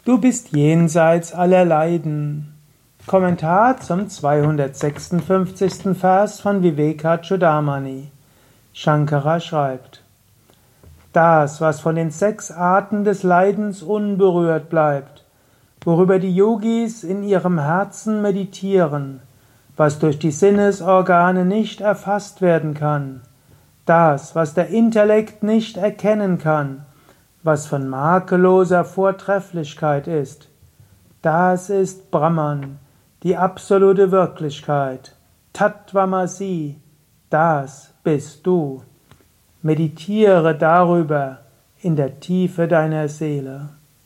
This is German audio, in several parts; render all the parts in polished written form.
Du bist jenseits aller Leiden. Kommentar zum 256. Vers von Vivekachudamani. Shankara schreibt: Das, was von den 6 Arten des Leidens unberührt bleibt, worüber die Yogis in ihrem Herzen meditieren, was durch die Sinnesorgane nicht erfasst werden kann, das, was der Intellekt nicht erkennen kann, was von makelloser Vortrefflichkeit ist, das ist Brahman, die absolute Wirklichkeit, Tattvamasi, das bist du. Meditiere darüber in der Tiefe deiner Seele.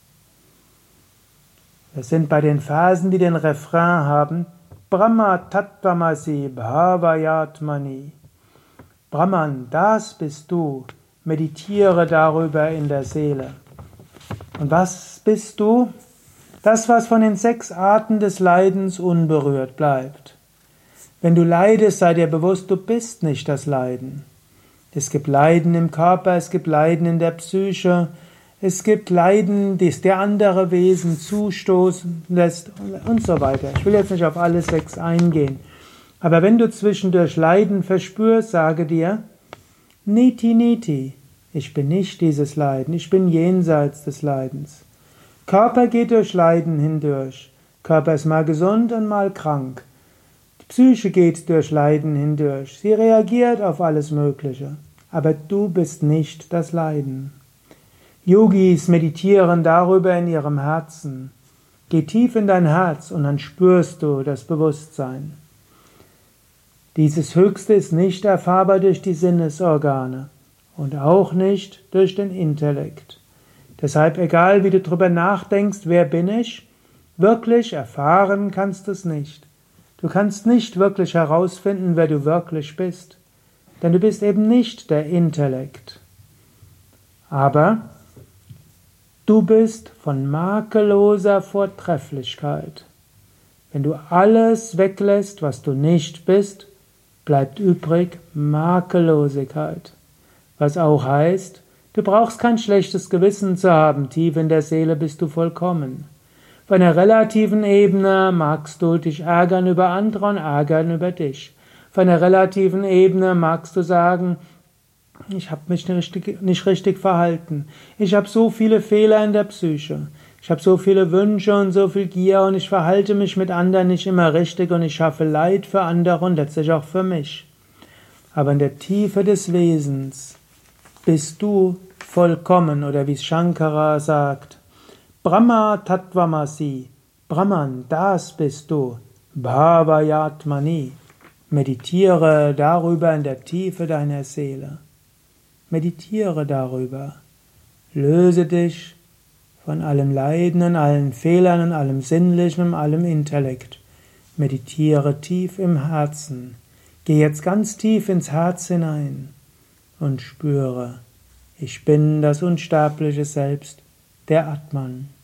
Wir sind bei den Versen, die den Refrain haben: Brahma Tattvamasi Bhavayatmani. Brahman, das bist du. Meditiere darüber in der Seele. Und was bist du? Das, was von den 6 Arten des Leidens unberührt bleibt. Wenn du leidest, sei dir bewusst, du bist nicht das Leiden. Es gibt Leiden im Körper, es gibt Leiden in der Psyche, es gibt Leiden, das dir andere Wesen zustoßen lässt und so weiter. Ich will jetzt nicht auf alle 6 eingehen. Aber wenn du zwischendurch Leiden verspürst, sage dir: Niti Niti, ich bin nicht dieses Leiden, ich bin jenseits des Leidens. Körper geht durch Leiden hindurch. Körper ist mal gesund und mal krank. Die Psyche geht durch Leiden hindurch. Sie reagiert auf alles Mögliche. Aber du bist nicht das Leiden. Yogis meditieren darüber in ihrem Herzen. Geh tief in dein Herz und dann spürst du das Bewusstsein. Dieses Höchste ist nicht erfahrbar durch die Sinnesorgane und auch nicht durch den Intellekt. Deshalb, egal wie du darüber nachdenkst, wer bin ich, wirklich erfahren kannst du es nicht. Du kannst nicht wirklich herausfinden, wer du wirklich bist, denn du bist eben nicht der Intellekt. Aber du bist von makelloser Vortrefflichkeit. Wenn du alles weglässt, was du nicht bist, bleibt übrig Makellosigkeit. Was auch heißt, du brauchst kein schlechtes Gewissen zu haben, tief in der Seele bist du vollkommen. Auf einer relativen Ebene magst du dich ärgern über andere und ärgern über dich. Auf einer relativen Ebene magst du sagen: Ich habe mich nicht richtig verhalten. Ich habe so viele Fehler in der Psyche. Ich habe so viele Wünsche und so viel Gier und ich verhalte mich mit anderen nicht immer richtig und ich schaffe Leid für andere und letztlich auch für mich. Aber in der Tiefe des Wesens bist du vollkommen, oder wie Shankara sagt: Brahma Tattvamasi, Brahman, das bist du, Bhavayatmani. Meditiere darüber in der Tiefe deiner Seele. Meditiere darüber. Löse dich von allem Leiden und allen Fehlern und allem Sinnlichen und allem Intellekt. Meditiere tief im Herzen. Geh jetzt ganz tief ins Herz hinein und spüre: Ich bin das unsterbliche Selbst, der Atman.